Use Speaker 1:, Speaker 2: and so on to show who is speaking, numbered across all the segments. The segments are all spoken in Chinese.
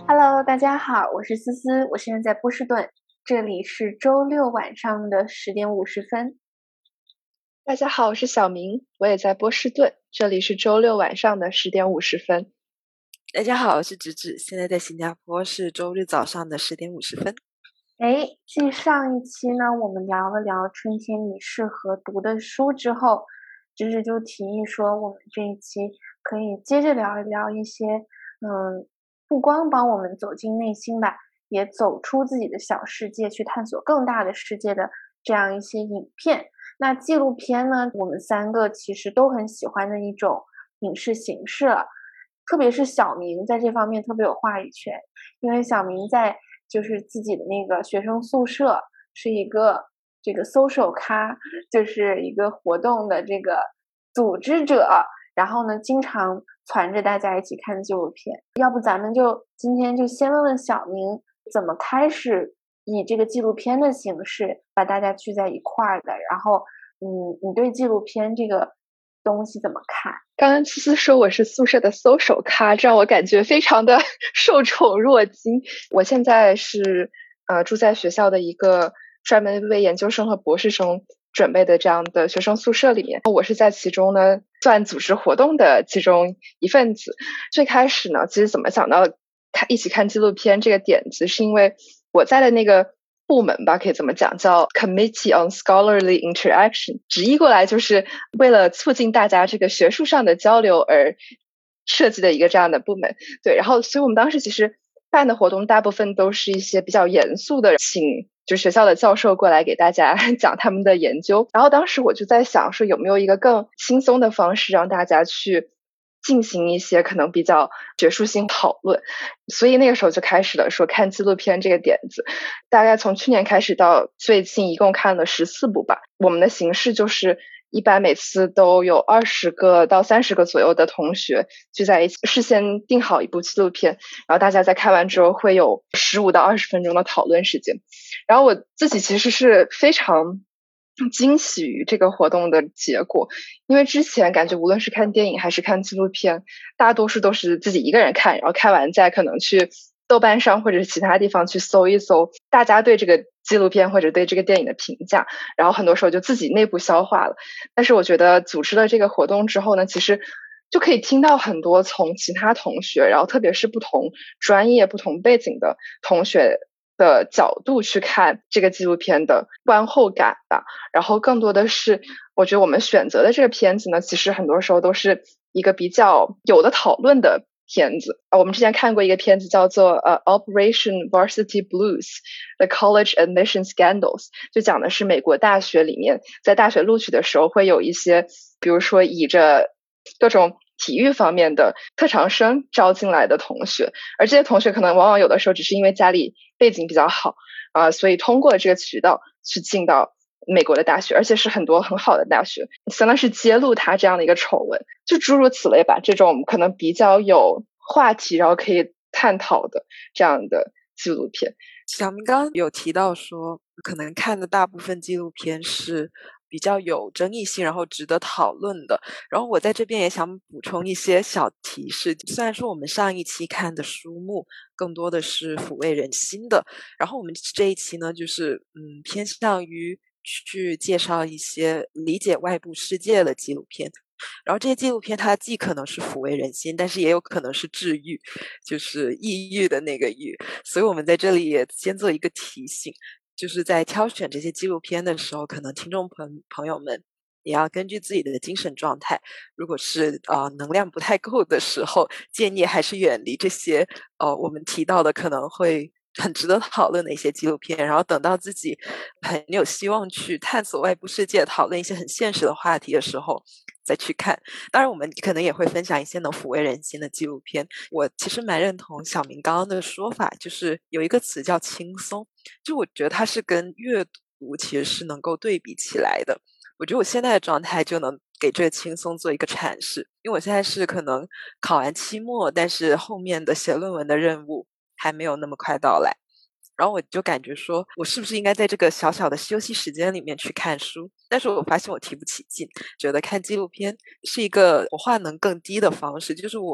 Speaker 1: Hello，大家好，我是思思，我现在在波士顿，这里是周六晚上的10点50分。
Speaker 2: 大家好，我是小明，我也在波士顿，这里是周六晚上的10点50分。
Speaker 3: 大家好，我是直直，现在在新加坡，是周日早上的10点50分。
Speaker 1: 继上一期呢，我们聊了聊春天你适合读的书之后，直直就提议说，我们这一期可以接着聊一聊一些，不光帮我们走进内心吧，也走出自己的小世界，去探索更大的世界的这样一些影片。那纪录片呢，我们三个其实都很喜欢的一种影视形式了，特别是小明在这方面特别有话语权，因为小明在就是自己的那个学生宿舍是一个这个 social 咖，就是一个活动的这个组织者，然后呢，经常攒着大家一起看纪录片。要不咱们就今天就先问问小明，怎么开始以这个纪录片的形式把大家聚在一块儿的？然后，你对纪录片这个东西怎么看？
Speaker 2: 刚刚思思说我是宿舍的搜手咖，这让我感觉非常的受宠若惊。我现在是住在学校的一个专门为研究生和博士生准备的这样的学生宿舍里面，我是在其中呢算组织活动的其中一份子。最开始呢，其实怎么想到一起看纪录片这个点子，是因为我在的那个部门吧，可以这么讲，叫 Committee on Scholarly Interaction，直译过来就是为了促进大家这个学术上的交流而设计的一个这样的部门。对，然后所以我们当时其实办的活动大部分都是一些比较严肃的，请就学校的教授过来给大家讲他们的研究。然后当时我就在想说，有没有一个更轻松的方式让大家去进行一些可能比较学术性讨论，所以那个时候就开始了说看纪录片这个点子。大概从去年开始到最近，一共看了14部吧。我们的形式就是一般每次都有20个到30个左右的同学聚在一起，事先定好一部纪录片，然后大家在看完之后会有15到20分钟的讨论时间。然后我自己其实是非常惊喜于这个活动的结果，因为之前感觉无论是看电影还是看纪录片，大多数都是自己一个人看，然后看完再可能去豆瓣上或者是其他地方去搜一搜大家对这个纪录片或者对这个电影的评价，然后很多时候就自己内部消化了。但是我觉得组织了这个活动之后呢，其实就可以听到很多从其他同学，然后特别是不同专业、不同背景的同学的角度去看这个纪录片的观后感吧。然后更多的是，我觉得我们选择的这个片子呢，其实很多时候都是一个比较有的讨论的片子。我们之前看过一个片子叫做Operation Varsity Blues: The College Admission Scandals， 就讲的是美国大学里面在大学录取的时候会有一些，比如说以着各种体育方面的特长生招进来的同学，而这些同学可能往往有的时候只是因为家里背景比较好所以通过这个渠道去进到美国的大学，而且是很多很好的大学，相当是揭露他这样的一个丑闻，就诸如此类吧。这种可能比较有话题，然后可以探讨的这样的纪录片。
Speaker 3: 小明刚刚有提到说，可能看的大部分纪录片是比较有争议性，然后值得讨论的。然后我在这边也想补充一些小提示。虽然说我们上一期看的书目更多的是抚慰人心的，然后我们这一期呢，就是偏向于去介绍一些理解外部世界的纪录片。然后这些纪录片它既可能是抚慰人心，但是也有可能是治愈，就是抑郁的那个郁。所以我们在这里也先做一个提醒，就是在挑选这些纪录片的时候，可能听众朋友们也要根据自己的精神状态，如果是能量不太够的时候，建议还是远离这些我们提到的可能会很值得讨论的一些纪录片，然后等到自己很有希望去探索外部世界，讨论一些很现实的话题的时候再去看。当然我们可能也会分享一些能抚慰人心的纪录片。我其实蛮认同小明刚刚的说法，就是有一个词叫轻松，就我觉得它是跟阅读其实是能够对比起来的。我觉得我现在的状态就能给这个轻松做一个阐释，因为我现在是可能考完期末，但是后面的写论文的任务还没有那么快到来。然后我就感觉说，我是不是应该在这个小小的休息时间里面去看书？但是我发现我提不起劲，觉得看纪录片是一个我化能更低的方式，就是我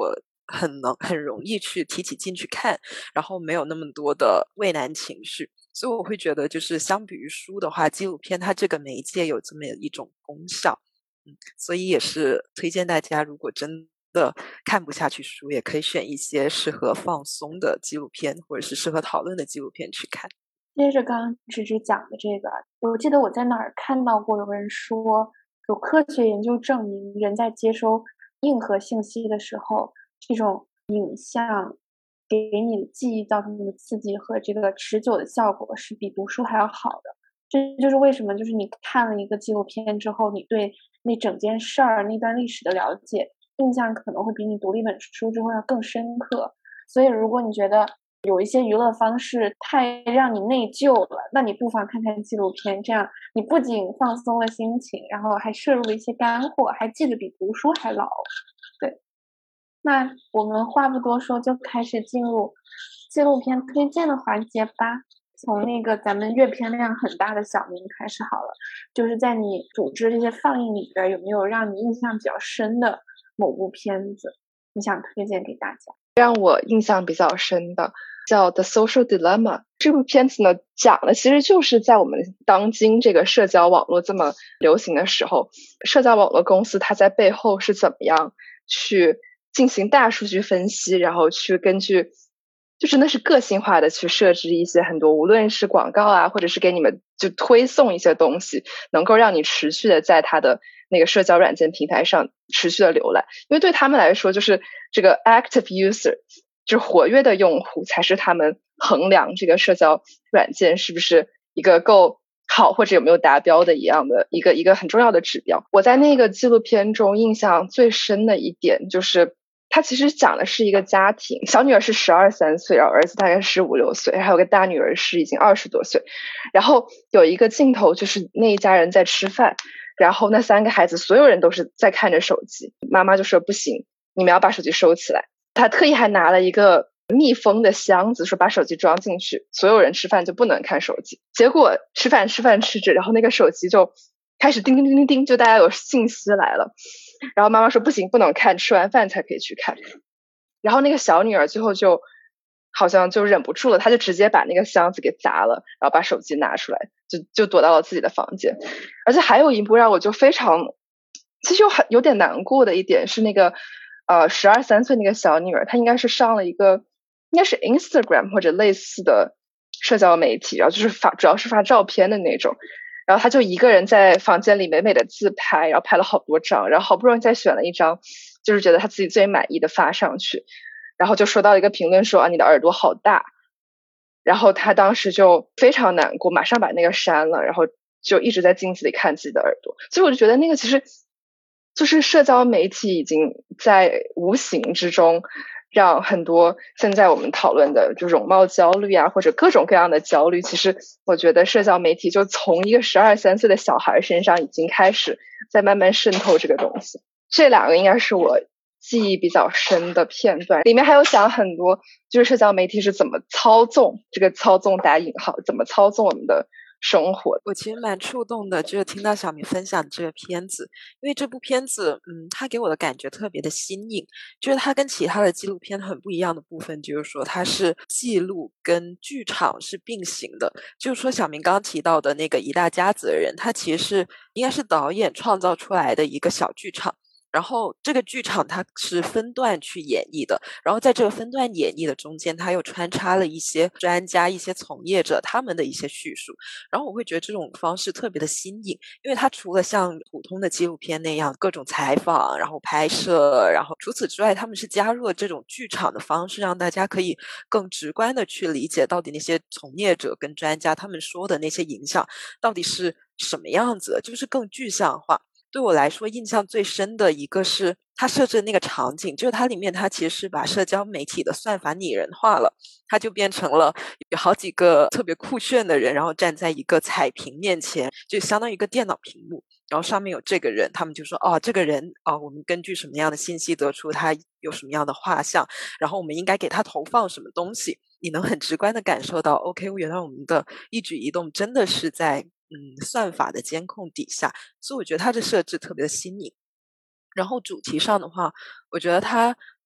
Speaker 3: 很容易去提起劲去看，然后没有那么多的畏难情绪。所以我会觉得就是相比于书的话，纪录片它这个媒介有这么一种功效。所以也是推荐大家，如果真的看不下去书，也可以选一些适合放松的纪录片，或者是适合讨论的纪录片去看。
Speaker 1: 接着刚刚芝芝讲的这个，我记得我在哪儿看到过有人说，有科学研究证明，人在接收硬核信息的时候，这种影像给你的记忆造成的刺激和这个持久的效果是比读书还要好的。这就是为什么，就是你看了一个纪录片之后，你对那整件事儿、那段历史的了解，印象可能会比你读了一本书之后要更深刻。所以，如果你觉得有一些娱乐方式太让你内疚了，那你不妨看看纪录片，这样你不仅放松了心情，然后还摄入了一些干货，还记得比读书还牢。对，那我们话不多说，就开始进入纪录片推荐的环节吧。从那个咱们阅片量很大的小明开始好了，就是在你组织这些放映里边，有没有让你印象比较深的某部片子，你想推荐给大家？
Speaker 2: 让我印象比较深的叫《The Social Dilemma》。这部片子呢，讲的其实就是在我们当今这个社交网络这么流行的时候，社交网络公司它在背后是怎么样去进行大数据分析，然后去根据就真的是个性化的去设置一些很多，无论是广告啊，或者是给你们就推送一些东西，能够让你持续的在它的那个社交软件平台上持续的浏览。因为对他们来说，就是这个 active user， 就是活跃的用户，才是他们衡量这个社交软件是不是一个够好或者有没有达标的一个很重要的指标。我在那个纪录片中印象最深的一点就是，他其实讲的是一个家庭，小女儿是12、13岁，然后儿子大概15、16岁，还有个大女儿是已经20多岁。然后有一个镜头就是那一家人在吃饭，然后那3个孩子所有人都是在看着手机，妈妈就说不行，你们要把手机收起来。她特意还拿了一个密封的箱子，说把手机装进去，所有人吃饭就不能看手机。结果吃饭吃着，然后那个手机就开始叮叮叮叮叮，就大家有信息来了。然后妈妈说不行，不能看，吃完饭才可以去看。然后那个小女儿最后就好像就忍不住了，她就直接把那个箱子给砸了，然后把手机拿出来，就躲到了自己的房间。而且还有一幕让我就非常，其实有点难过的一点是那个12、13岁那个小女儿，她应该是上了一个应该是 Instagram 或者类似的社交媒体，然后就是主要是发照片的那种。然后他就一个人在房间里美美的自拍，然后拍了好多张，然后好不容易再选了一张，就是觉得他自己最满意的发上去，然后就收到一个评论说啊，你的耳朵好大。然后他当时就非常难过，马上把那个删了，然后就一直在镜子里看自己的耳朵。所以我就觉得那个其实就是社交媒体已经在无形之中让很多现在我们讨论的就容貌焦虑啊，或者各种各样的焦虑，其实我觉得社交媒体就从一个12、13岁的小孩身上已经开始在慢慢渗透这个东西。这2个应该是我记忆比较深的片段，里面还有讲很多就是社交媒体是怎么操纵，这个操纵打引号，怎么操纵我们的生活。
Speaker 3: 我其实蛮触动的，就是听到小明分享这个片子，因为这部片子，它给我的感觉特别的新颖，就是它跟其他的纪录片很不一样的部分，就是说它是记录跟剧场是并行的。就是说小明刚刚提到的那个一大家子的人，他其实是应该是导演创造出来的一个小剧场。然后这个剧场它是分段去演绎的，然后在这个分段演绎的中间，它又穿插了一些专家、一些从业者他们的一些叙述。然后我会觉得这种方式特别的新颖，因为它除了像普通的纪录片那样各种采访，然后拍摄，然后除此之外，他们是加入了这种剧场的方式，让大家可以更直观的去理解到底那些从业者跟专家他们说的那些影响到底是什么样子的，就是更具象化。对我来说印象最深的一个是它设置的那个场景，就是它里面它其实是把社交媒体的算法拟人化了，它就变成了有好几个特别酷炫的人，然后站在一个彩屏面前，就相当于一个电脑屏幕，然后上面有这个人，他们就说哦，这个人哦，我们根据什么样的信息得出他有什么样的画像，然后我们应该给他投放什么东西，你能很直观的感受到 OK， 原来我们的一举一动真的是在算法的监控底下，所以我觉得它的设置特别的新颖。然后主题上的话，我觉得它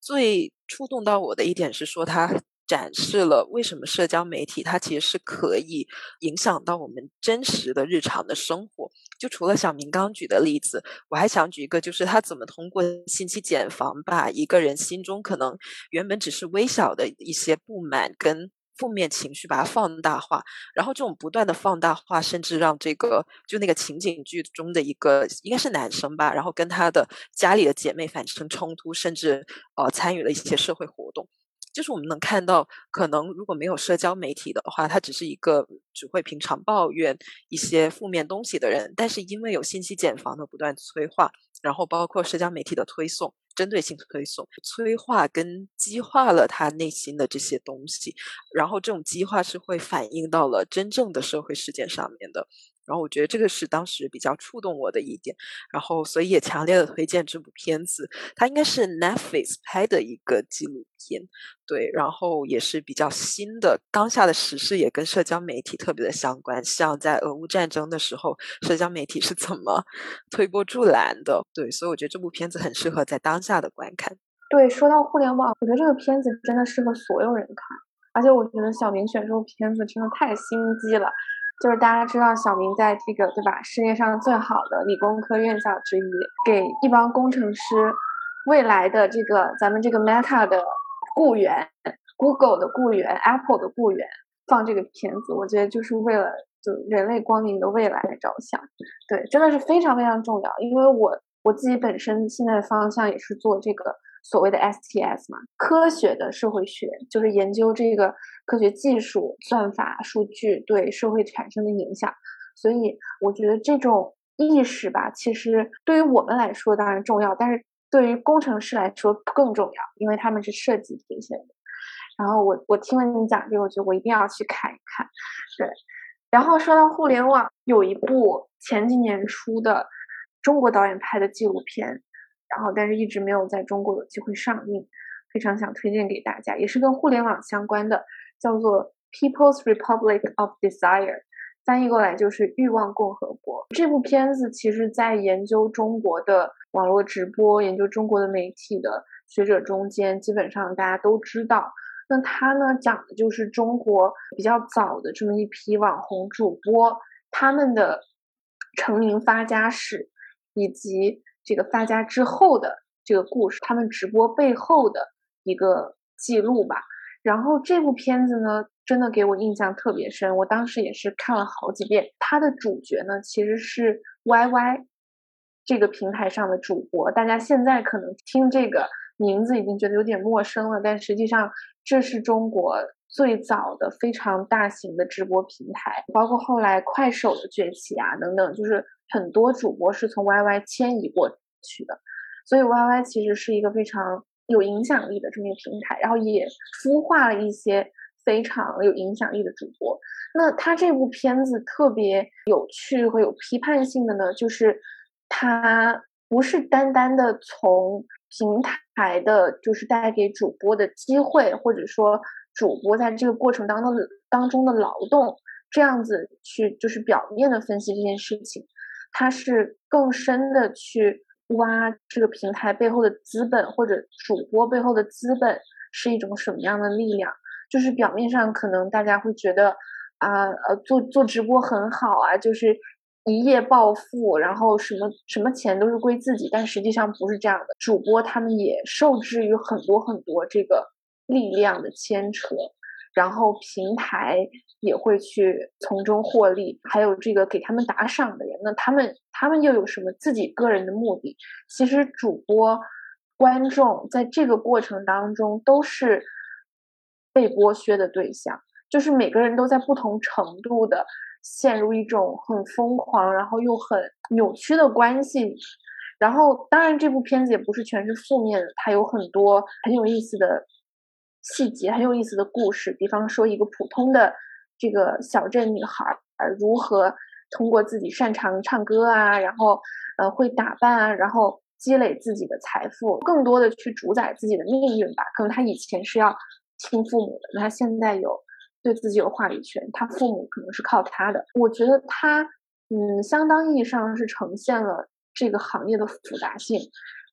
Speaker 3: 最触动到我的一点是说，它展示了为什么社交媒体它其实是可以影响到我们真实的日常的生活。就除了小明刚举的例子，我还想举一个，就是他怎么通过信息茧房把一个人心中可能原本只是微小的一些不满跟负面情绪把它放大化，然后这种不断的放大化，甚至让这个就那个情景剧中的一个应该是男生吧，然后跟他的家里的姐妹发生冲突，甚至参与了一些社会活动。就是我们能看到，可能如果没有社交媒体的话，他只是一个只会平常抱怨一些负面东西的人，但是因为有信息茧房的不断催化，然后包括社交媒体的推送，针对性推送，催化跟激化了他内心的这些东西，然后这种激化是会反映到了真正的社会事件上面的。然后我觉得这个是当时比较触动我的一点，然后所以也强烈的推荐这部片子。它应该是 Netflix 拍的一个纪录片，对，然后也是比较新的，当下的时事也跟社交媒体特别的相关，像在俄乌战争的时候，社交媒体是怎么推波助澜的，对，所以我觉得这部片子很适合在当下的观看。
Speaker 1: 对，说到互联网，我觉得这个片子真的适合所有人看，而且我觉得小明选这部片子真的太心机了。就是大家知道小明在这个对吧，世界上最好的理工科院校之一，给一帮工程师未来的这个咱们这个 Meta 的雇员、Google 的雇员、Apple 的雇员放这个片子，我觉得就是为了就人类光明的未来着想。对，真的是非常非常重要，因为我自己本身现在的方向也是做这个所谓的 STS 嘛，科学的社会学，就是研究这个科学技术、算法、数据对社会产生的影响。所以我觉得这种意识吧，其实对于我们来说当然重要，但是对于工程师来说更重要，因为他们是设计这些的。然后我听了你讲这个，我觉得我一定要去看一看。对，然后说到互联网，有一部前几年出的中国导演拍的纪录片，然后但是一直没有在中国有机会上映，非常想推荐给大家，也是跟互联网相关的，叫做《People's Republic of Desire》，翻译过来就是欲望共和国。这部片子其实在研究中国的网络直播、研究中国的媒体的学者中间，基本上大家都知道。那它呢讲的就是中国比较早的这么一批网红主播，他们的成名发家史，以及这个发家之后的这个故事，他们直播背后的一个记录吧。然后这部片子呢，真的给我印象特别深，我当时也是看了好几遍。它的主角呢，其实是 YY 这个平台上的主播，大家现在可能听这个名字已经觉得有点陌生了，但实际上这是中国最早的非常大型的直播平台，包括后来快手的崛起啊等等，就是很多主播是从 YY 迁移过去的，所以 YY 其实是一个非常有影响力的这么一个平台，然后也孵化了一些非常有影响力的主播。那他这部片子特别有趣和有批判性的呢，就是它不是单单的从平台的，就是带给主播的机会，或者说主播在这个过程当中的劳动，这样子去就是表面的分析这件事情，它是更深的去挖这个平台背后的资本，或者主播背后的资本是一种什么样的力量。就是表面上可能大家会觉得做直播很好啊，就是一夜暴富，然后什么什么钱都是归自己，但实际上不是这样的。主播他们也受制于很多很多这个力量的牵扯，然后平台也会去从中获利，还有这个给他们打赏的人，那他们又有什么自己个人的目的？其实主播、观众在这个过程当中都是被剥削的对象，就是每个人都在不同程度的陷入一种很疯狂，然后又很扭曲的关系里。然后，当然这部片子也不是全是负面的，它有很多很有意思的细节，很有意思的故事。比方说，一个普通的这个小镇女孩如何通过自己擅长唱歌啊，然后会打扮啊，然后积累自己的财富，更多的去主宰自己的命运吧。可能她以前是要听父母的，那她现在对自己有话语权，她父母可能是靠她的。我觉得她相当意义上是呈现了这个行业的复杂性，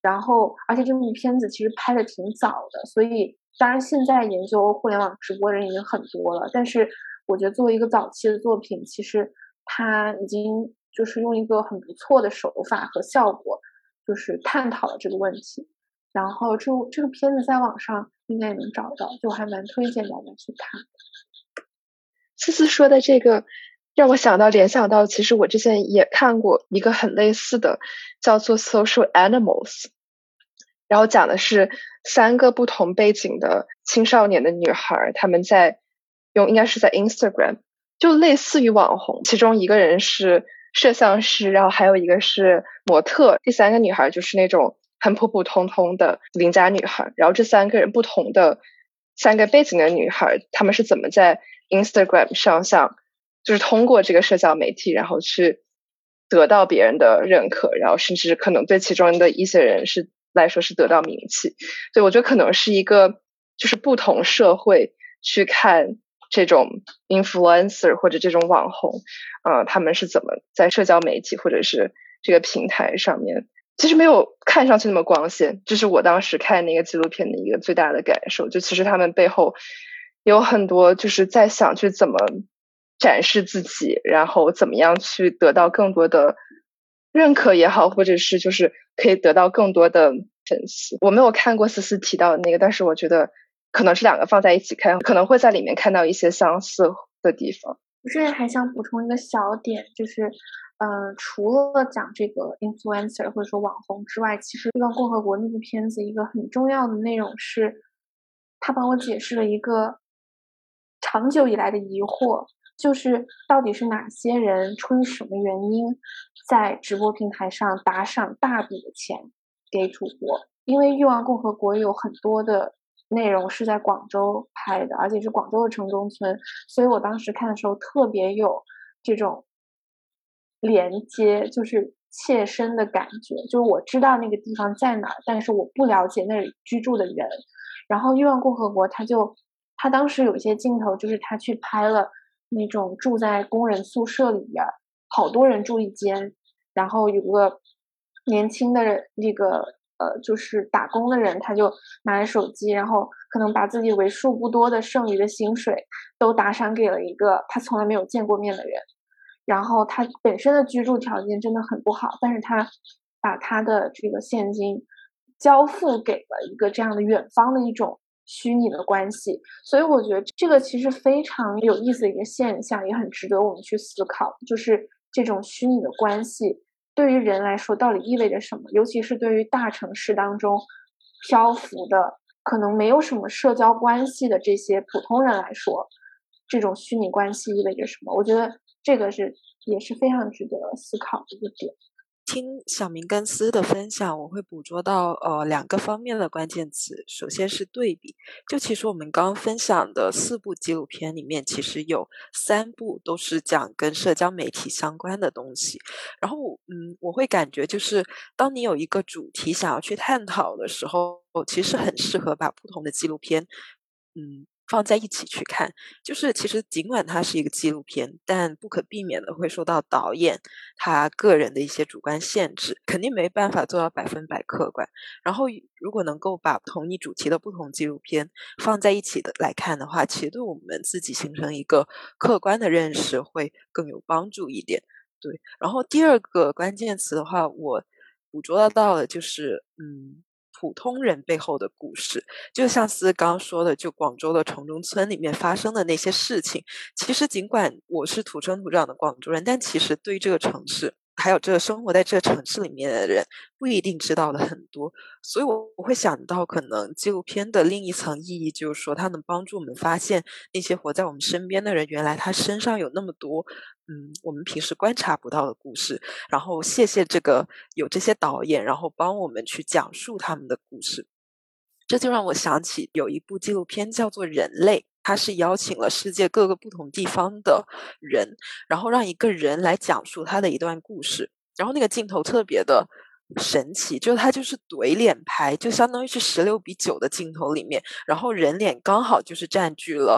Speaker 1: 然后而且这部片子其实拍的挺早的，所以当然现在研究互联网直播人已经很多了，但是我觉得作为一个早期的作品，其实它已经就是用一个很不错的手法和效果，就是探讨了这个问题。然后这个片子在网上应该也能找到，就还蛮推荐大家去看。
Speaker 2: 思思说的这个让我联想到，其实我之前也看过一个很类似的，叫做 Social Animals， 然后讲的是3个不同背景的青少年的女孩，她们应该是在 Instagram， 就类似于网红，其中一个人是摄像师，然后还有一个是模特，第3个女孩就是那种很普普通通的邻家女孩。然后这3个人不同的3个背景的女孩，她们是怎么在 Instagram 上就是通过这个社交媒体，然后去得到别人的认可，然后甚至可能对其中的一些人来说是得到名气。所以我觉得可能是一个就是不同社会去看这种 influencer 或者这种网红，他们是怎么在社交媒体或者是这个平台上面，其实没有看上去那么光鲜。这是我当时看那个纪录片的一个最大的感受，就其实他们背后有很多就是在想去怎么展示自己，然后怎么样去得到更多的认可也好，或者是就是可以得到更多的粉丝。我没有看过思思提到的那个，但是我觉得可能这2个放在一起看，可能会在里面看到一些相似的地方。
Speaker 1: 我这里还想补充一个小点，就是除了讲这个 influencer 或者说网红之外，其实《欲望共和国》那部片子一个很重要的内容是，它帮我解释了一个长久以来的疑惑，就是到底是哪些人出于什么原因在直播平台上打赏大笔的钱给主播？因为《欲望共和国》有很多的内容是在广州拍的，而且是广州的城中村，所以我当时看的时候特别有这种连接，就是切身的感觉，就是我知道那个地方在哪儿，但是我不了解那里居住的人。然后《欲望共和国》他当时有一些镜头，就是他去拍了那种住在工人宿舍里边，好多人住一间，然后有个年轻的那个就是打工的人，他就拿着手机，然后可能把自己为数不多的剩余的薪水都打赏给了一个他从来没有见过面的人。然后他本身的居住条件真的很不好，但是他把他的这个现金交付给了一个这样的远方的一种虚拟的关系。所以我觉得这个其实非常有意思的一个现象，也很值得我们去思考，就是这种虚拟的关系对于人来说到底意味着什么，尤其是对于大城市当中漂浮的可能没有什么社交关系的这些普通人来说，这种虚拟关系意味着什么？我觉得这个也是非常值得思考的一个点。
Speaker 3: 听小明跟思的分享，我会捕捉到2个方面的关键词。首先是对比，就其实我们刚刚分享的4部纪录片里面，其实有3部都是讲跟社交媒体相关的东西。然后我会感觉就是当你有一个主题想要去探讨的时候，其实很适合把不同的纪录片放在一起去看。就是其实尽管它是一个纪录片，但不可避免的会受到导演他个人的一些主观限制，肯定没办法做到100%客观。然后如果能够把同一主题的不同纪录片放在一起的来看的话，其实对我们自己形成一个客观的认识会更有帮助一点。对，然后第2个关键词的话，我捕捉到的就是普通人背后的故事。就像思刚刚说的，就广州的城中村里面发生的那些事情，其实尽管我是土生土长的广州人，但其实对于这个城市，还有这个生活在这个城市里面的人，不一定知道的很多。所以我会想到，可能纪录片的另一层意义，就是说它能帮助我们发现那些活在我们身边的人，原来他身上有那么多我们平时观察不到的故事。然后谢谢有这些导演，然后帮我们去讲述他们的故事。这就让我想起有一部纪录片叫做《人类》，它是邀请了世界各个不同地方的人，然后让一个人来讲述他的一段故事。然后那个镜头特别的神奇，就是他就是怼脸拍，就相当于是16:9的镜头里面，然后人脸刚好就是占据了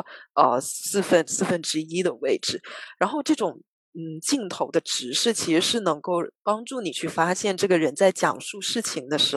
Speaker 3: 1/4的位置。然后这种镜头的直视其实是能够帮助你去发现这个人在讲述事情的时候，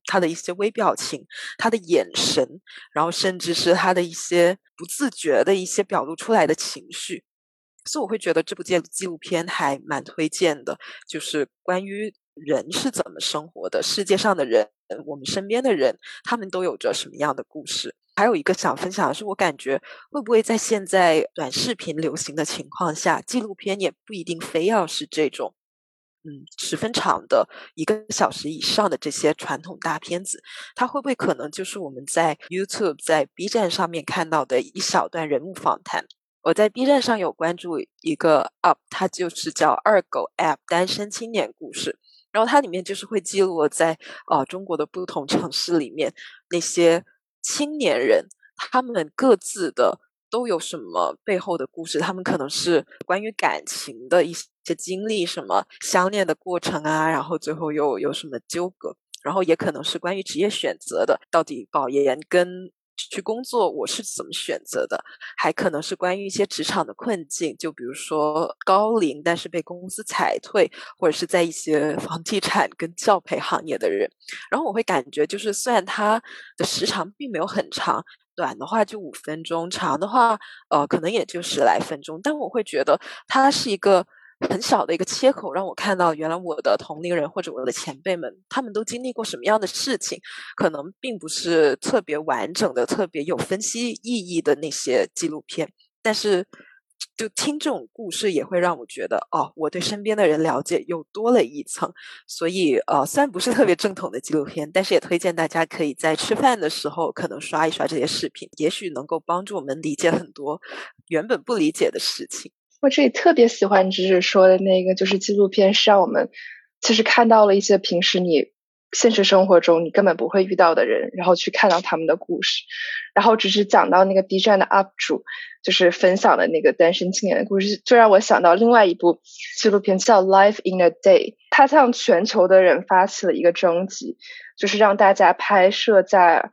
Speaker 3: 他的一些微表情，他的眼神，然后甚至是他的一些不自觉的一些表露出来的情绪。所以我会觉得这部纪录片还蛮推荐的，就是关于人是怎么生活的，世界上的人，我们身边的人，他们都有着什么样的故事。还有一个想分享的是，我感觉会不会在现在短视频流行的情况下，纪录片也不一定非要是这种十分长的1个小时以上的这些传统大片子，它会不会可能就是我们在 YouTube 在 B 站上面看到的一小段人物访谈。我在 B 站上有关注一个 UP， 它就是叫二狗 App 单身青年故事，然后它里面就是会记录在中国的不同城市里面那些青年人，他们各自的都有什么背后的故事，他们可能是关于感情的一些经历，什么相恋的过程啊，然后最后又有什么纠葛，然后也可能是关于职业选择的，到底保研跟去工作我是怎么选择的，还可能是关于一些职场的困境，就比如说高龄但是被公司裁退，或者是在一些房地产跟教培行业的人。然后我会感觉就是虽然它的时长并没有很长，短的话就5分钟，长的话可能也就10来分钟，但我会觉得它是一个很小的一个切口，让我看到原来我的同龄人或者我的前辈们，他们都经历过什么样的事情，可能并不是特别完整的、特别有分析意义的那些纪录片，但是就听这种故事也会让我觉得，我对身边的人了解又多了一层。所以虽然不是特别正统的纪录片，但是也推荐大家可以在吃饭的时候可能刷一刷这些视频，也许能够帮助我们理解很多原本不理解的事情。
Speaker 2: 我这里特别喜欢芝芝说的那个，就是纪录片是让我们其实看到了一些平时你现实生活中你根本不会遇到的人，然后去看到他们的故事。然后只是讲到那个 B 站的 UP 主就是分享的那个单身青年的故事，就让我想到另外一部纪录片叫 Life in a Day， 它向全球的人发起了一个征集，就是让大家拍摄在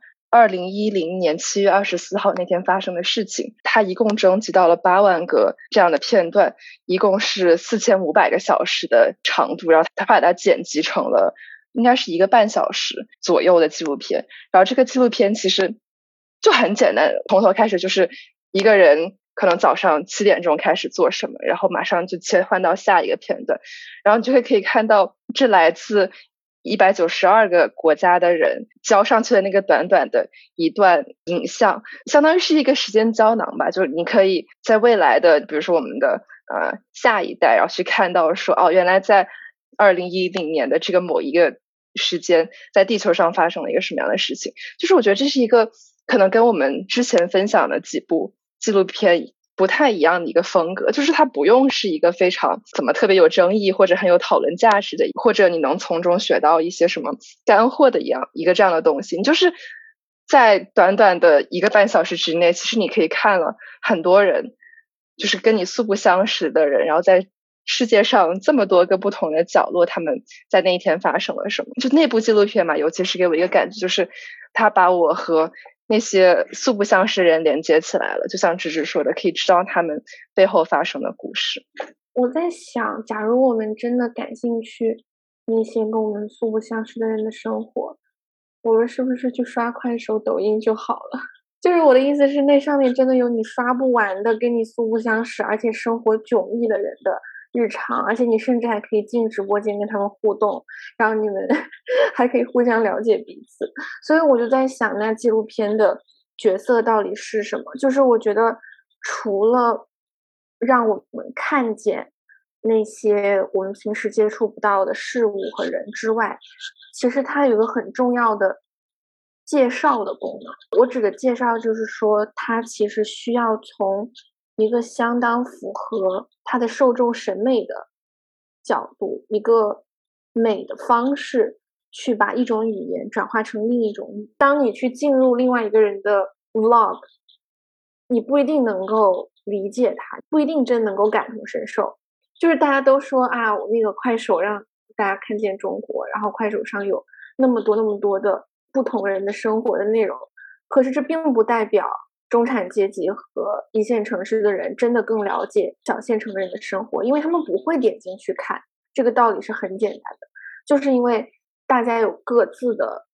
Speaker 2: 2010年7月24号那天发生的事情。他一共征集到了8万个这样的片段，一共是4500个小时的长度，然后他把它剪辑成了应该是1个半小时左右的纪录片。然后这个纪录片其实就很简单，从头开始就是一个人可能早上7点钟开始做什么，然后马上就切换到下一个片段，然后你就可以看到这来自192个国家的人交上去的那个短短的一段影像，相当于是一个时间胶囊吧，就是你可以在未来的比如说我们的下一代，然后去看到说原来在2010年的这个某一个时间在地球上发生了一个什么样的事情。就是我觉得这是一个可能跟我们之前分享的几部纪录片不太一样的一个风格，就是它不用是一个非常怎么特别有争议或者很有讨论价值的，或者你能从中学到一些什么干货的一个这样的东西，你就是在短短的1个半小时之内，其实你可以看了很多人就是跟你素不相识的人，然后在世界上这么多个不同的角落，他们在那一天发生了什么。就那部纪录片嘛，尤其是给我一个感觉，就是他把我和那些素不相识人连接起来了，就像芝芝说的，可以知道他们背后发生的故事。
Speaker 1: 我在想，假如我们真的感兴趣那些跟我们素不相识的人的生活，我们是不是去刷快手、抖音就好了？就是我的意思是，那上面真的有你刷不完的跟你素不相识，而且生活迥异的人的日常，而且你甚至还可以进直播间跟他们互动，然后你们还可以互相了解彼此。所以我就在想，那纪录片的角色到底是什么？就是我觉得除了让我们看见那些我们平时接触不到的事物和人之外，其实它有一个很重要的介绍的功能。我指的介绍就是说，它其实需要从一个相当符合它的受众审美的角度，一个美的方式，去把一种语言转化成另一种语言。当你去进入另外一个人的 vlog， 你不一定能够理解他，不一定真能够感同身受。就是大家都说我那个快手让大家看见中国，然后快手上有那么多的不同人的生活的内容，可是这并不代表中产阶级和一线城市的人真的更了解小县城的人的生活，因为他们不会点进去看。这个道理是很简单的，就是因为大家有各自的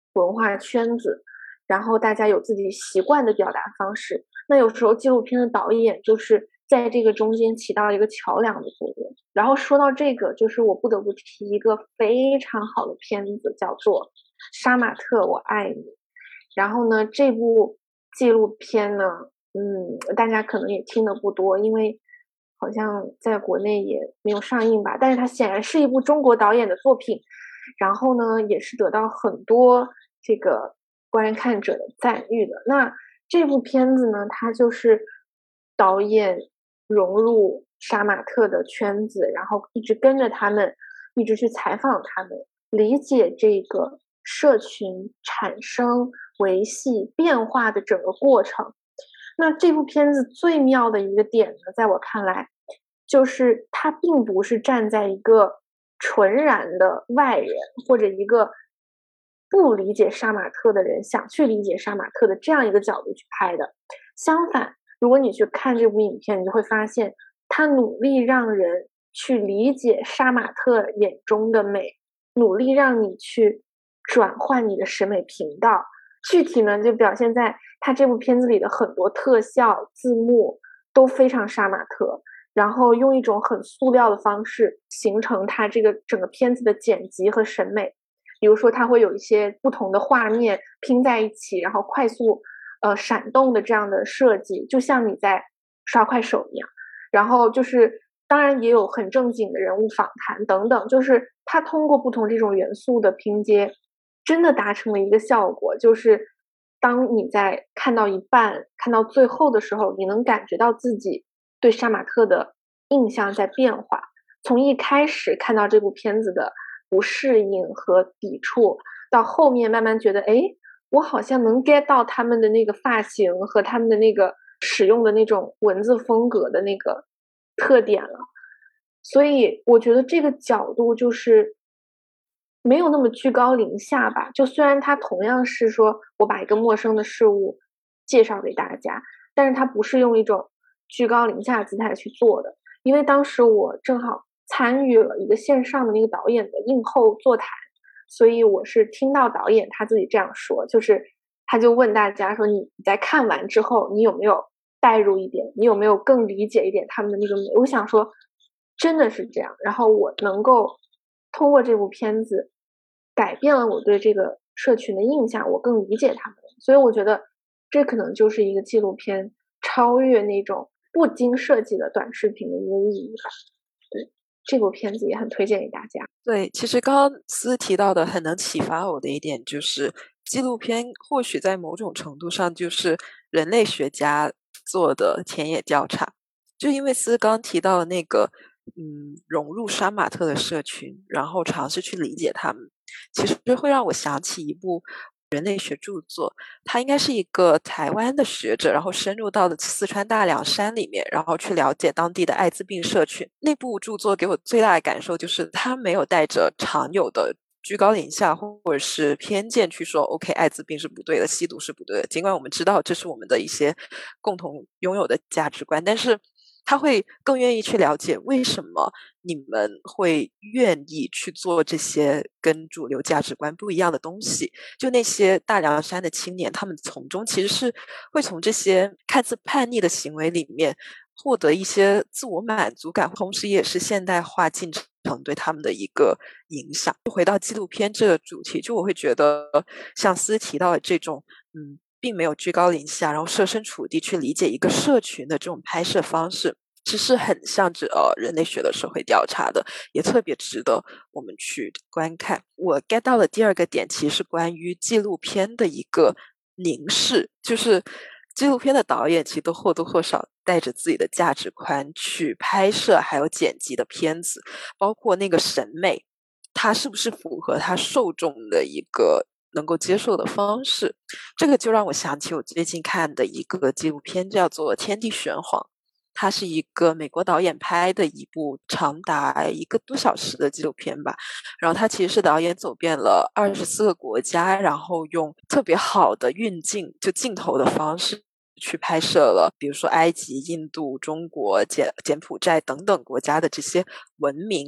Speaker 1: 文化圈子，然后大家有自己习惯的表达方式。那有时候纪录片的导演就是在这个中间起到一个桥梁的作用。然后说到这个，就是我不得不提一个非常好的片子，叫做《杀马特我爱你》。然后呢，这部纪录片呢，大家可能也听得不多，因为好像在国内也没有上映吧。但是它显然是一部中国导演的作品，然后呢，也是得到很多这个观看者的赞誉的。那这部片子呢，它就是导演融入杀马特的圈子，然后一直跟着他们，一直去采访他们，理解这个社群产生、维系、变化的整个过程。那这部片子最妙的一个点呢，在我看来，就是它并不是站在一个纯然的外人或者一个不理解杀马特的人想去理解杀马特的这样一个角度去拍的。相反，如果你去看这部影片，你就会发现，他努力让人去理解杀马特眼中的美，努力让你去转换你的审美频道。具体呢，就表现在他这部片子里的很多特效、字幕都非常杀马特，然后用一种很塑料的方式形成他这个整个片子的剪辑和审美。比如说，它会有一些不同的画面拼在一起，然后快速闪动的这样的设计，就像你在刷快手一样。然后就是当然也有很正经的人物访谈等等，就是它通过不同这种元素的拼接，真的达成了一个效果，就是当你在看到一半、看到最后的时候，你能感觉到自己对杀马特的印象在变化。从一开始看到这部片子的不适应和抵触，到后面慢慢觉得，哎，我好像能 get 到他们的那个发型和他们的那个使用的那种文字风格的那个特点了。所以我觉得这个角度就是没有那么居高临下吧。就虽然它同样是说我把一个陌生的事物介绍给大家，但是它不是用一种居高临下的姿态去做的。因为当时我正好参与了一个线上的那个导演的映后座谈，所以我是听到导演他自己这样说，就是他就问大家说，你在看完之后，你有没有带入一点，你有没有更理解一点他们的那个美？我想说，真的是这样。然后我能够通过这部片子改变了我对这个社群的印象，我更理解他们。所以我觉得这可能就是一个纪录片超越那种不经设计的短视频的一个意义吧。对，这部片子也很推荐给大家。
Speaker 3: 对，其实刚刚思提到的很能启发我的一点就是，纪录片或许在某种程度上就是人类学家做的田野调查。就因为思刚提到的那个，融入杀马特的社群，然后尝试去理解他们，其实会让我想起一部人类学著作，他应该是一个台湾的学者，然后深入到了四川大凉山里面，然后去了解当地的艾滋病社群。那部著作给我最大的感受就是，他没有带着常有的居高临下或者是偏见去说 OK 艾滋病是不对的，吸毒是不对的，尽管我们知道这是我们的一些共同拥有的价值观，但是他会更愿意去了解为什么你们会愿意去做这些跟主流价值观不一样的东西。就那些大凉山的青年，他们从中其实是会从这些看似叛逆的行为里面获得一些自我满足感，同时也是现代化进程对他们的一个影响。回到纪录片这个主题，就我会觉得像思提到的这种，并没有居高临下，然后设身处地去理解一个社群的这种拍摄方式，其实很像人类学的社会调查的，也特别值得我们去观看。我 get 到的第二个点，其实是关于纪录片的一个凝视，就是纪录片的导演其实都或多或少带着自己的价值观去拍摄还有剪辑的片子，包括那个审美，它是不是符合他受众的一个能够接受的方式。这个就让我想起我最近看的一个纪录片，叫做《天地玄黄》。它是一个美国导演拍的一部长达1个多小时的纪录片吧。然后他其实是导演走遍了24个国家，然后用特别好的运镜，就镜头的方式去拍摄了，比如说埃及、印度、中国、柬埔寨等等国家的这些文明。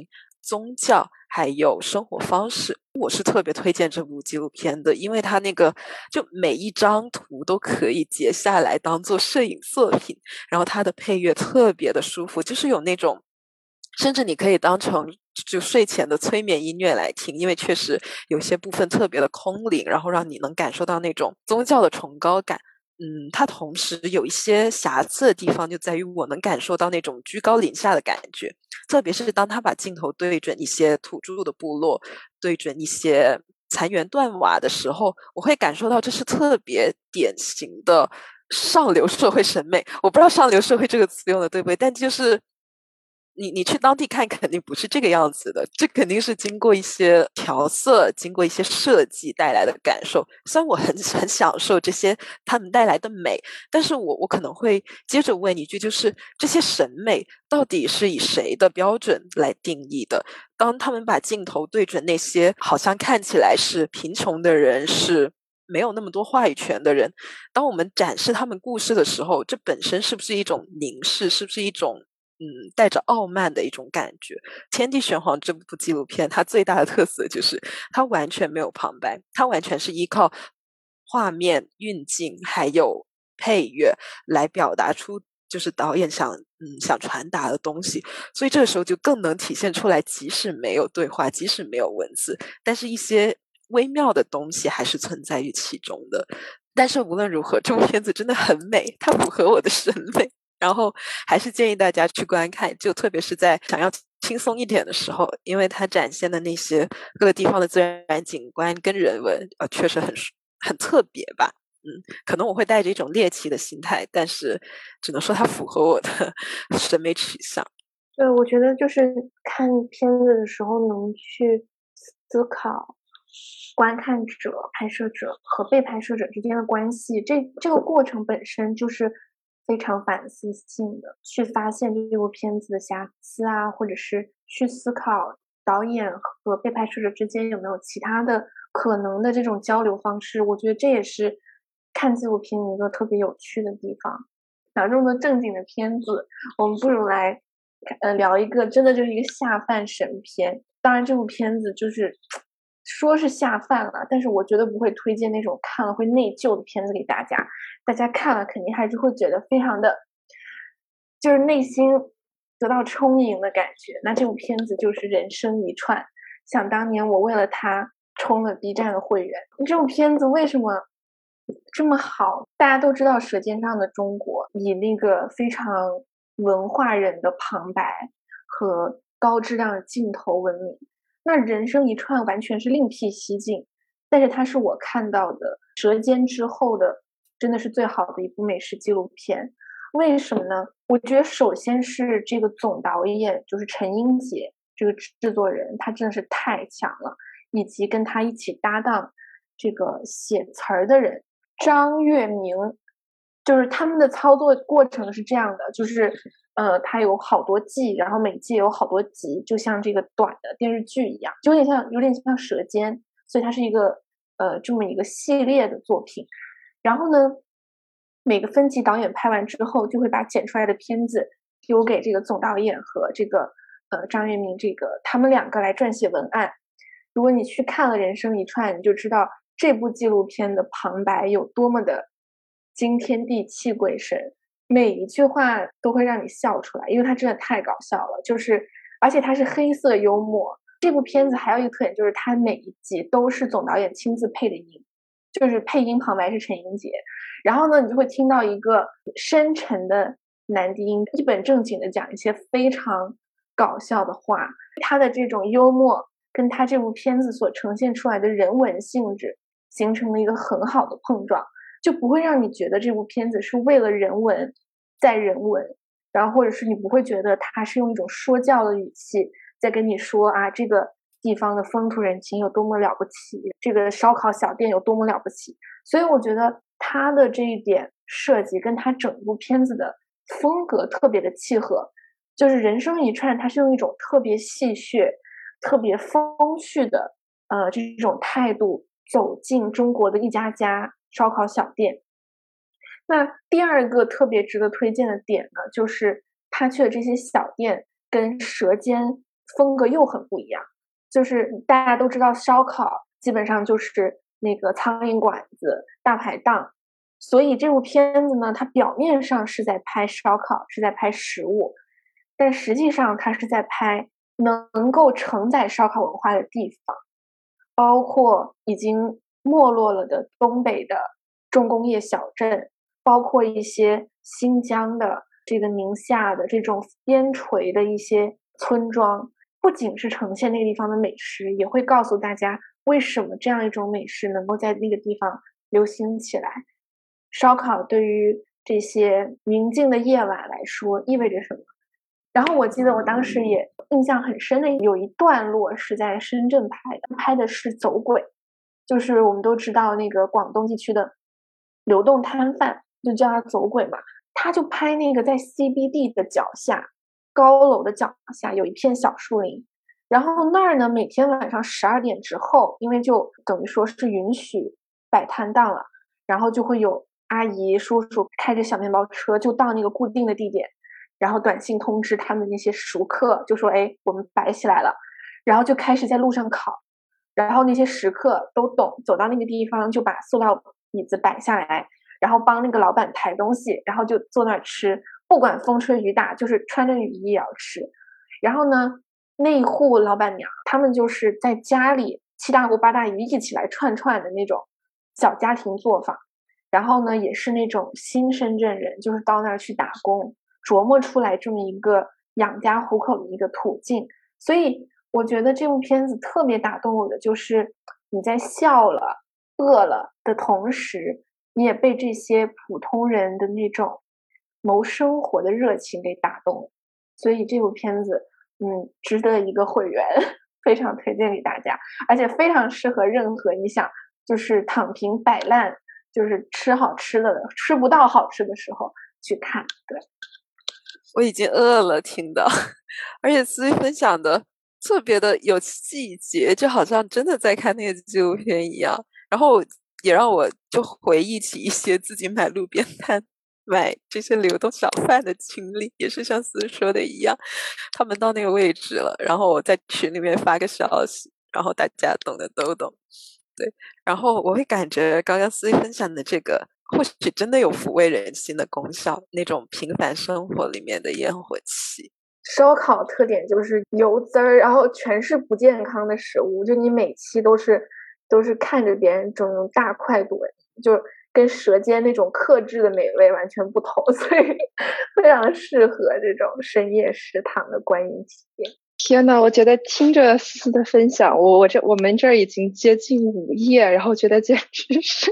Speaker 3: 宗教还有生活方式。我是特别推荐这部纪录片的，因为它那个就每一张图都可以截下来当做摄影作品，然后它的配乐特别的舒服，就是有那种甚至你可以当成就睡前的催眠音乐来听，因为确实有些部分特别的空灵，然后让你能感受到那种宗教的崇高感。它同时有一些瑕疵的地方，就在于我能感受到那种居高临下的感觉，特别是当他把镜头对准一些土著的部落，对准一些残垣断瓦的时候，我会感受到这是特别典型的上流社会审美。我不知道上流社会这个词用的对不对，但就是你去当地看肯定不是这个样子的，这肯定是经过一些调色，经过一些设计带来的感受。虽然我很享受这些他们带来的美，但是我可能会接着问一句，就是这些审美到底是以谁的标准来定义的？当他们把镜头对准那些好像看起来是贫穷的人，是没有那么多话语权的人，当我们展示他们故事的时候，这本身是不是一种凝视？是不是一种带着傲慢的一种感觉？《天地玄黄》这部纪录片，它最大的特色就是它完全没有旁白，它完全是依靠画面、运镜还有配乐来表达出就是导演想传达的东西。所以这个时候就更能体现出来，即使没有对话，即使没有文字，但是一些微妙的东西还是存在于其中的。但是无论如何，这部片子真的很美，它符合我的审美。然后还是建议大家去观看，就特别是在想要轻松一点的时候，因为它展现的那些各个地方的自然景观跟人文，确实很特别吧。可能我会带着一种猎奇的心态，但是只能说它符合我的审美取向。
Speaker 1: 对，我觉得就是看片子的时候能去思考观看者、拍摄者和被拍摄者之间的关系，这个过程本身就是非常反思性的，去发现这部片子的瑕疵啊，或者是去思考导演和被拍摄者之间有没有其他的可能的这种交流方式。我觉得这也是看纪录片一个特别有趣的地方。讲这么多正经的片子，我们不如来聊一个真的就是一个下饭神片。当然这部片子就是说是下饭了，但是我绝对不会推荐那种看了会内疚的片子给大家。大家看了肯定还是会觉得非常的就是内心得到充盈的感觉。那这部片子就是《人生一串》，想当年我为了它充了 B 站的会员。这部片子为什么这么好？大家都知道《舌尖上的中国》以那个非常文化人的旁白和高质量的镜头闻名，那人生一串完全是另辟蹊径，但是它是我看到的舌尖之后的真的是最好的一部美食纪录片。为什么呢？我觉得首先是这个总导演就是陈英杰这个制作人，他真的是太强了，以及跟他一起搭档这个写词儿的人张月明，就是他们的操作过程是这样的，就是它有好多季，然后每季有好多集，就像这个短的电视剧一样，就有点像舌尖，所以它是一个这么一个系列的作品。然后呢，每个分级导演拍完之后，就会把剪出来的片子丢给这个总导演和这个张月明他们两个来撰写文案。如果你去看了《人生一串》，你就知道这部纪录片的旁白有多么的惊天地泣鬼神，每一句话都会让你笑出来，因为它真的太搞笑了。而且它是黑色幽默。这部片子还有一个特点，就是它每一集都是总导演亲自配的音，就是配音旁白是陈英杰。然后呢，你就会听到一个深沉的男低音，一本正经的讲一些非常搞笑的话。他的这种幽默跟他这部片子所呈现出来的人文性质形成了一个很好的碰撞，就不会让你觉得这部片子是为了人文在人文，然后或者是你不会觉得他是用一种说教的语气在跟你说啊，这个地方的风土人情有多么了不起，这个烧烤小店有多么了不起。所以我觉得他的这一点设计跟他整部片子的风格特别的契合。就是人生一串，它是用一种特别戏谑、特别风趣的这种态度走进中国的一家家烧烤小店。那第二个特别值得推荐的点呢，就是他去的这些小店跟舌尖风格又很不一样。就是大家都知道烧烤基本上就是那个苍蝇馆子、大排档，所以这部片子呢，它表面上是在拍烧烤，是在拍食物，但实际上它是在拍能够承载烧烤文化的地方，包括已经没落了的东北的重工业小镇，包括一些新疆的、这个宁夏的这种边陲的一些村庄，不仅是呈现那个地方的美食，也会告诉大家为什么这样一种美食能够在那个地方流行起来。烧烤对于这些宁静的夜晚来说意味着什么？然后我记得我当时也印象很深的有一段落是在深圳拍的是走鬼，就是我们都知道那个广东地区的流动摊贩就叫他走鬼嘛，他就拍那个在 CBD 的脚下，高楼的脚下有一片小树林，然后那儿呢每天晚上12点之后，因为就等于说是允许摆摊档了，然后就会有阿姨叔叔开着小面包车就到那个固定的地点，然后短信通知他们那些熟客，就说哎我们摆起来了，然后就开始在路上烤，然后那些食客都懂，走到那个地方就把塑料椅子摆下来，然后帮那个老板抬东西，然后就坐那儿吃，不管风吹雨打，就是穿着雨衣也要吃。然后呢，那一户老板娘他们就是在家里7大姑8大姨一起来串的那种小家庭作坊，然后呢也是那种新深圳人，就是到那儿去打工，琢磨出来这么一个养家糊口的一个途径。所以我觉得这部片子特别打动我的就是你在笑了饿了的同时，你也被这些普通人的那种谋生活的热情给打动了。所以这部片子值得一个会员，非常推荐给大家，而且非常适合任何你想就是躺平摆烂，就是吃好吃的吃不到好吃的时候去看。对，
Speaker 3: 我已经饿了，听到，而且思域分享的特别的有细节，就好像真的在看那个纪录片一样，然后也让我就回忆起一些自己买路边摊买这些流动小贩的经历，也是像思说的一样，他们到那个位置了，然后我在群里面发个消息，然后大家懂的都懂。对，然后我会感觉刚刚思域分享的这个或许真的有抚慰人心的功效，那种平凡生活里面的烟火气。
Speaker 1: 烧烤特点就是油滋儿，然后全是不健康的食物，就你每期都是看着别人这种大快朵，就跟舌尖那种克制的美味完全不同，所以非常适合这种深夜食堂的观影体验。
Speaker 2: 天呐，我觉得听着思思的分享，我们这儿已经接近午夜，然后觉得简直是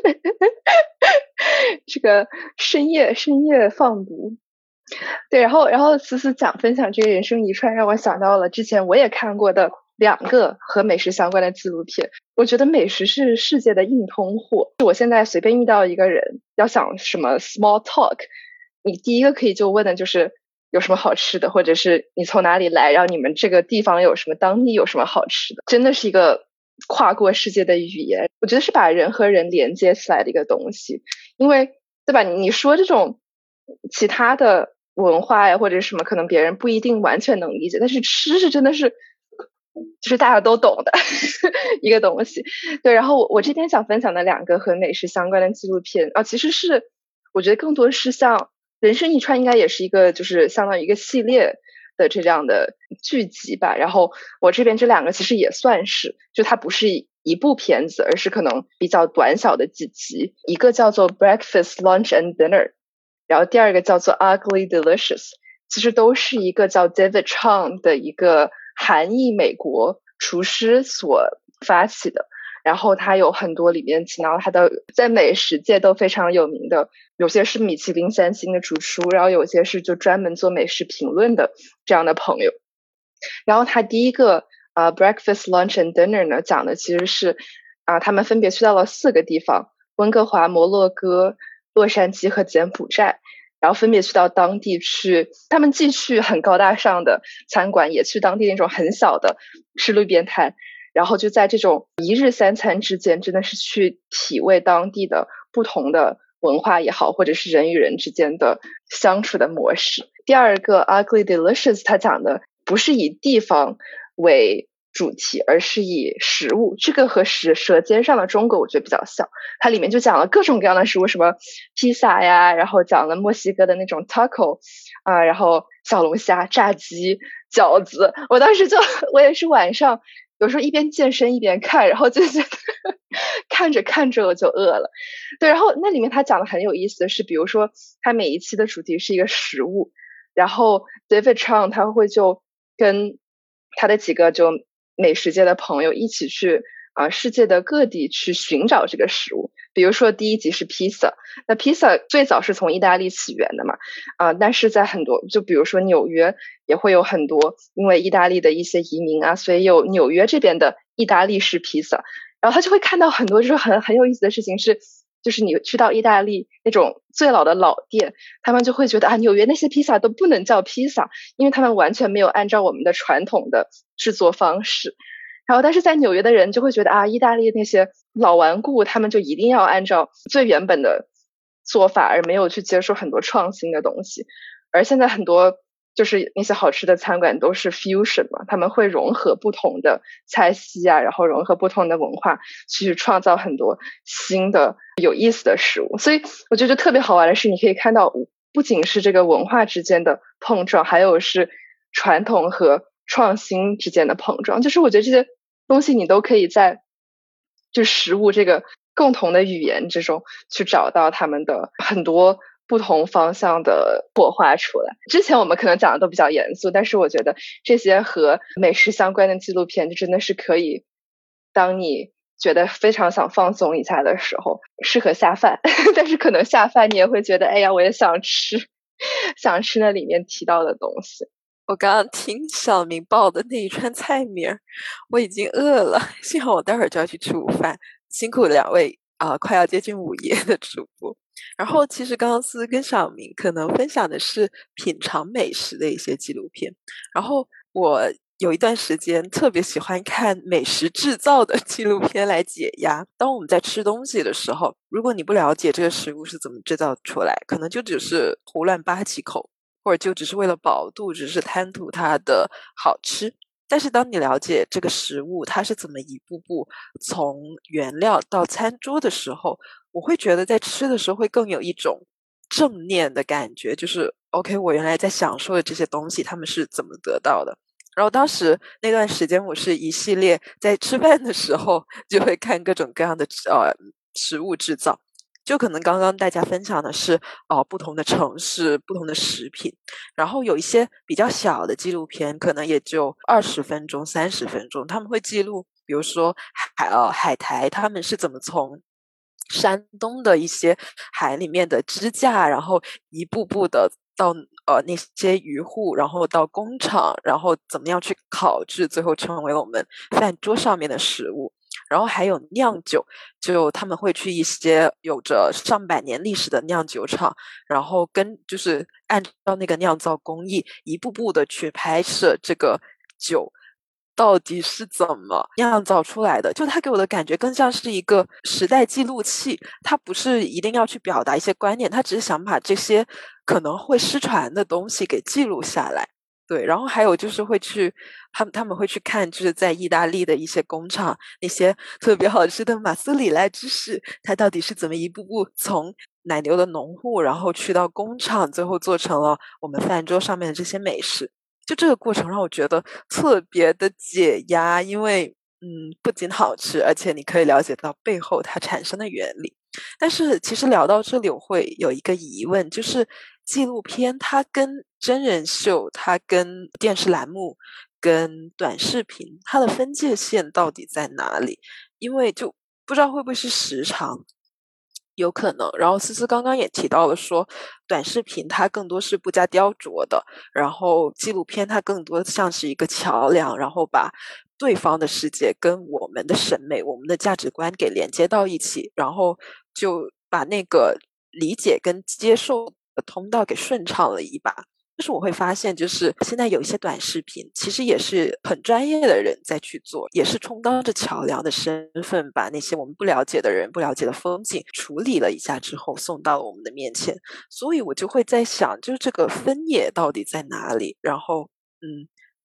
Speaker 2: 这个深夜放毒。对，然后思思分享这个人生一串，让我想到了之前我也看过的2个和美食相关的纪录片。我觉得美食是世界的硬通货，我现在随便遇到一个人要想什么 small talk， 你第一个可以就问的就是有什么好吃的，或者是你从哪里来，然后你们这个地方有什么，当地有什么好吃的，真的是一个跨过世界的语言。我觉得是把人和人连接起来的一个东西，因为对吧，你说这种其他的文化呀或者什么，可能别人不一定完全能理解，但是吃是真的是就是大家都懂的一个东西。对，然后我这边想分享的2个和美食相关的纪录片其实是我觉得更多是像人生一串，应该也是一个就是相当于一个系列的这样的剧集吧。然后我这边这2个其实也算是，就它不是一部片子，而是可能比较短小的几集。一个叫做 Breakfast, Lunch and Dinner， 然后第2个叫做 Ugly Delicious， 其实都是一个叫 David Chang 的一个韩裔美国厨师所发起的。然后他有很多里面请到他的在美食界都非常有名的，有些是米其林3星的主厨，然后有些是就专门做美食评论的这样的朋友。然后他第一个Breakfast, Lunch and Dinner 呢，讲的其实是他们分别去到了4个地方，温哥华、摩洛哥、洛杉矶和柬埔寨，然后分别去到当地去，他们既去很高大上的餐馆，也去当地那种很小的吃路边摊，然后就在这种1日3餐之间，真的是去体味当地的不同的文化也好，或者是人与人之间的相处的模式。第2个 Ugly Delicious， 它讲的不是以地方为主题，而是以食物。这个和舌尖上的中国我觉得比较像，它里面就讲了各种各样的食物，什么披萨呀，然后讲了墨西哥的那种 taco 然后小龙虾、炸鸡、饺子。我当时我也是晚上有时候一边健身一边看，然后就觉得看着看着我就饿了。对，然后那里面他讲的很有意思的是，比如说他每一期的主题是一个食物，然后 David Chang 他会就跟他的几个就美食界的朋友一起去世界的各地去寻找这个食物。比如说第一集是披萨，那披萨最早是从意大利起源的嘛，但是在很多就比如说纽约也会有很多因为意大利的一些移民所以有纽约这边的意大利式披萨。然后他就会看到很多就是很有意思的事情是，就是你去到意大利那种最老的老店，他们就会觉得纽约那些披萨都不能叫披萨，因为他们完全没有按照我们的传统的制作方式。然后但是在纽约的人就会觉得意大利那些老顽固，他们就一定要按照最原本的做法，而没有去接受很多创新的东西。而现在很多就是那些好吃的餐馆都是 fusion 嘛，他们会融合不同的菜系然后融合不同的文化，去创造很多新的有意思的食物。所以我觉得特别好玩的是，你可以看到不仅是这个文化之间的碰撞，还有是传统和创新之间的碰撞。就是我觉得这些东西你都可以在就食物这个共同的语言之中去找到他们的很多不同方向的火花出来。之前我们可能讲的都比较严肃，但是我觉得这些和美食相关的纪录片就真的是可以当你觉得非常想放松一下的时候适合下饭但是可能下饭你也会觉得哎呀我也想吃那里面提到的东西。
Speaker 3: 我刚刚听小明报的那一串菜名，我已经饿了，幸好我待会儿就要去吃午饭，辛苦两位快要接近午夜的主播。然后其实刚刚思跟小明可能分享的是品尝美食的一些纪录片，然后我有一段时间特别喜欢看美食制造的纪录片来解压。当我们在吃东西的时候，如果你不了解这个食物是怎么制造出来，可能就只是胡乱扒几口，或者就只是为了饱肚，只是贪图它的好吃。但是当你了解这个食物它是怎么一步步从原料到餐桌的时候，我会觉得在吃的时候会更有一种正念的感觉，就是 OK 我原来在享受的这些东西它们是怎么得到的。然后当时那段时间我是一系列在吃饭的时候就会看各种各样的食物制造，就可能刚刚大家分享的是不同的城市不同的食品，然后有一些比较小的纪录片可能也就20分钟30分钟，他们会记录比如说海苔他们是怎么从山东的一些海里面的支架，然后一步步的到那些渔户，然后到工厂，然后怎么样去烤制，最后成为了我们饭桌上面的食物。然后还有酿酒，就他们会去一些有着上百年历史的酿酒厂，然后就是按照那个酿造工艺一步步的去拍摄这个酒到底是怎么酿造出来的。就它给我的感觉更像是一个时代记录器，它不是一定要去表达一些观念，它只是想把这些可能会失传的东西给记录下来。对，然后还有就是他们会去看，就是在意大利的一些工厂，那些特别好吃的马斯里莱芝士，它到底是怎么一步步从奶牛的农户，然后去到工厂，最后做成了我们饭桌上面的这些美食。就这个过程让我觉得特别的解压，因为不仅好吃，而且你可以了解到背后它产生的原理。但是其实聊到这里，我会有一个疑问，就是纪录片它跟真人秀，它跟电视栏目，跟短视频，它的分界线到底在哪里？因为就不知道会不会是时长，有可能。然后思思刚刚也提到了说，短视频它更多是不加雕琢的，然后纪录片它更多像是一个桥梁，然后把对方的世界跟我们的审美、我们的价值观给连接到一起，然后就把那个理解跟接受的通道给顺畅了一把。就是我会发现，就是现在有一些短视频，其实也是很专业的人在去做，也是充当着桥梁的身份，把那些我们不了解的人、不了解的风景处理了一下之后，送到了我们的面前。所以我就会在想，就是这个分野到底在哪里？然后，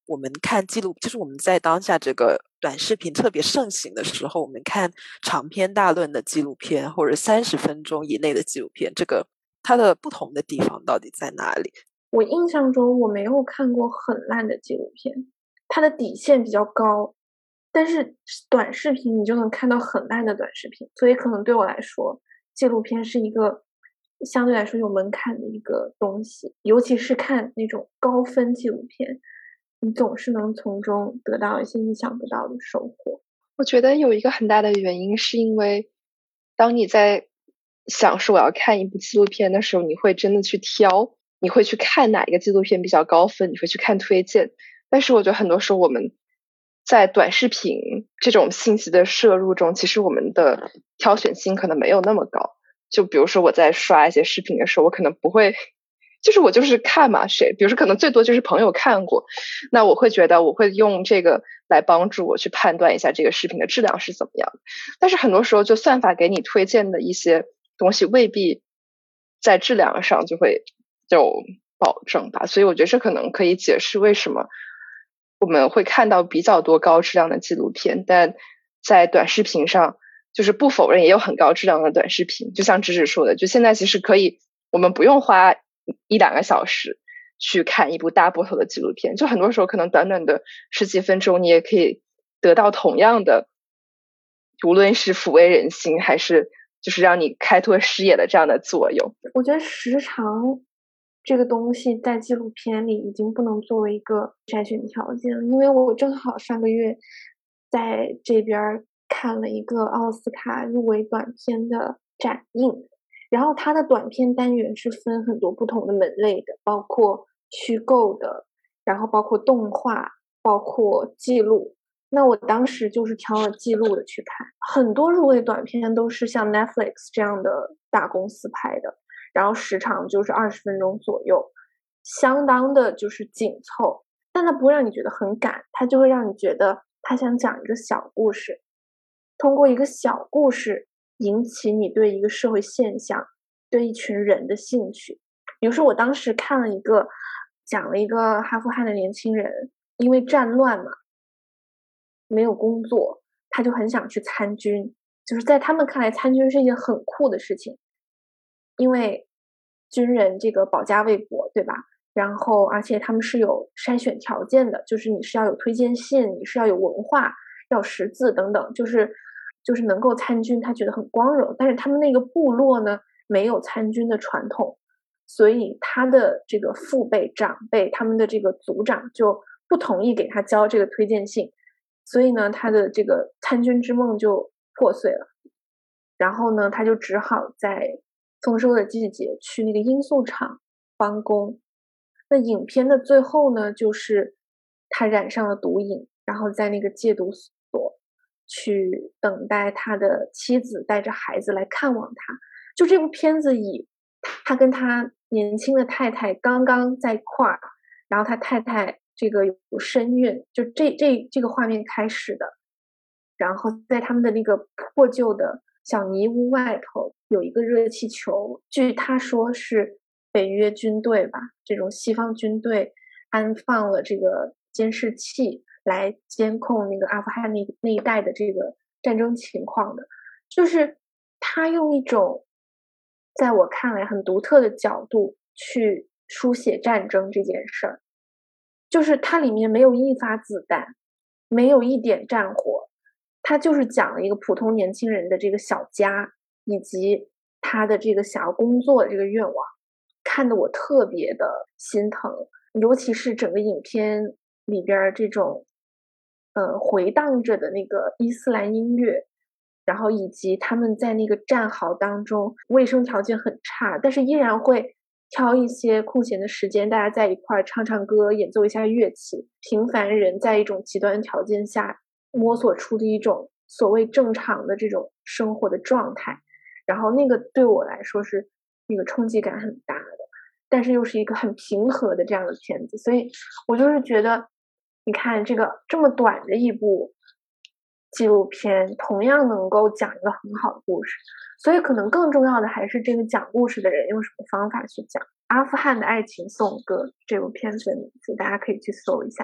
Speaker 3: 我们看纪录，就是我们在当下这个短视频特别盛行的时候，我们看长篇大论的纪录片或者30分钟以内的纪录片，这个它的不同的地方到底在哪里？
Speaker 1: 我印象中我没有看过很烂的纪录片，它的底线比较高，但是短视频你就能看到很烂的短视频，所以可能对我来说，纪录片是一个相对来说有门槛的一个东西，尤其是看那种高分纪录片，你总是能从中得到一些意想不到的收获。
Speaker 2: 我觉得有一个很大的原因是因为，当你在想说我要看一部纪录片的时候，你会真的去挑，你会去看哪一个纪录片比较高分，你会去看推荐。但是我觉得很多时候我们在短视频这种信息的摄入中，其实我们的挑选性可能没有那么高。就比如说我在刷一些视频的时候，我可能不会，就是我就是看嘛，比如说可能最多就是朋友看过，那我会觉得我会用这个来帮助我去判断一下这个视频的质量是怎么样的。但是很多时候就算法给你推荐的一些东西未必在质量上就会有保证吧，所以我觉得这可能可以解释为什么我们会看到比较多高质量的纪录片，但在短视频上就是不否认也有很高质量的短视频，就像芷芷说的，就现在其实可以我们不用花1-2个小时去看一部大部头的纪录片，就很多时候可能短短的10几分钟你也可以得到同样的，无论是抚慰人心还是就是让你开拓视野的这样的作用。
Speaker 1: 我觉得时长这个东西在纪录片里已经不能作为一个筛选条件了，因为我正好上个月在这边看了一个奥斯卡入围短片的展映，然后它的短片单元是分很多不同的门类的，包括虚构的，然后包括动画，包括记录。那我当时就是挑了记录的去看，很多入围短片都是像 Netflix 这样的大公司拍的，然后时长就是20分钟左右，相当的就是紧凑，但它不会让你觉得很赶，它就会让你觉得它想讲一个小故事，通过一个小故事引起你对一个社会现象、对一群人的兴趣。比如说我当时看了一个讲了一个阿富汗的年轻人，因为战乱嘛，没有工作，他就很想去参军，就是在他们看来参军是一件很酷的事情，因为军人这个保家卫国，对吧？然后而且他们是有筛选条件的，就是你是要有推荐信，你是要有文化，要识字等等，就是能够参军，他觉得很光荣。但是他们那个部落呢，没有参军的传统，所以他的这个父辈、长辈，他们的这个族长就不同意给他交这个推荐信，所以呢，他的这个参军之梦就破碎了。然后呢，他就只好在丰收的季节去那个罂粟厂帮工。那影片的最后呢，就是他染上了毒瘾，然后在那个戒毒所去等待他的妻子带着孩子来看望他。就这部片子以他跟他年轻的太太刚刚在一块儿，然后他太太这个有身孕，就这个画面开始的。然后在他们的那个破旧的小泥屋外头有一个热气球，据他说是北约军队吧，这种西方军队安放了这个监视器来监控那个阿富汗那一带的这个战争情况的，就是他用一种在我看来很独特的角度去书写战争这件事儿，就是它里面没有一发子弹，没有一点战火，它就是讲了一个普通年轻人的这个小家，以及他的这个想要工作的这个愿望，看得我特别的心疼，尤其是整个影片里边这种回荡着的那个伊斯兰音乐，然后以及他们在那个战壕当中卫生条件很差，但是依然会挑一些空闲的时间，大家在一块儿唱唱歌，演奏一下乐器。平凡人在一种极端条件下摸索出的一种所谓正常的这种生活的状态，然后那个对我来说是那个冲击感很大的，但是又是一个很平和的这样的片子，所以我就是觉得，你看这个这么短的一部纪录片，同样能够讲一个很好的故事，所以可能更重要的还是这个讲故事的人用什么方法去讲。《阿富汗的爱情颂歌》这部片子的名字，大家可以去搜一下。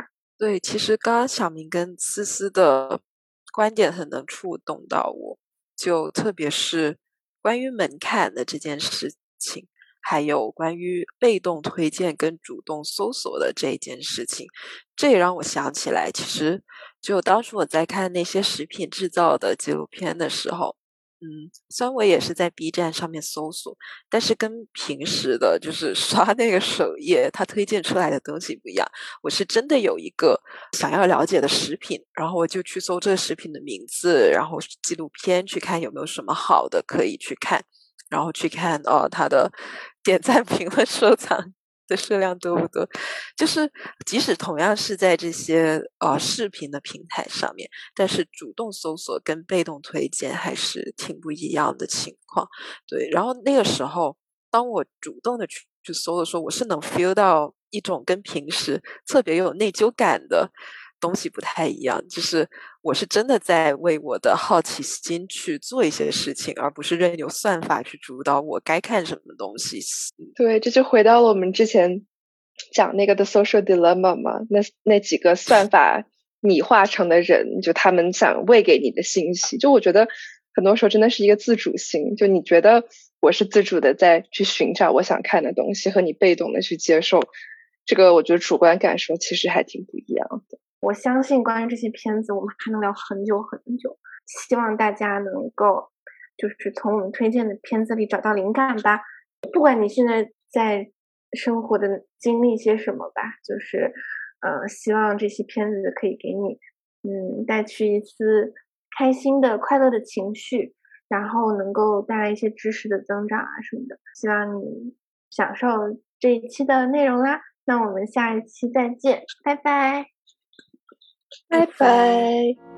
Speaker 3: 对，其实刚刚小明跟思思的观点很能触动到我，就特别是关于门槛的这件事情，还有关于被动推荐跟主动搜索的这件事情，这也让我想起来，其实就当时我在看那些食品制造的纪录片的时候，虽然我也是在 B 站上面搜索，但是跟平时的就是刷那个首页，它推荐出来的东西不一样。我是真的有一个想要了解的食品，然后我就去搜这个食品的名字，然后纪录片去看有没有什么好的可以去看，然后去看它的点赞、评论、收藏的数量多不多。就是即使同样是在这些视频的平台上面，但是主动搜索跟被动推荐还是挺不一样的情况。对，然后那个时候，当我主动的去搜的时候，我是能 feel 到一种跟平时特别有内疚感的东西不太一样，就是我是真的在为我的好奇心去做一些事情，而不是任由算法去主导我该看什么东西。
Speaker 2: 对，这就回到了我们之前讲那个 The Social Dilemma 嘛，那几个算法拟化成的人，就他们想喂给你的信息，就我觉得很多时候真的是一个自主性，就你觉得我是自主的在去寻找我想看的东西，和你被动的去接受，这个我觉得主观感受其实还挺不一样的。
Speaker 1: 我相信关于这些片子，我们还能聊很久很久。希望大家能够就是从我们推荐的片子里找到灵感吧。不管你现在在生活的经历些什么吧，就是希望这些片子可以给你带去一丝开心的、快乐的情绪，然后能够带来一些知识的增长啊什么的。希望你享受这一期的内容啦。那我们下一期再见，拜拜。
Speaker 2: 拜拜。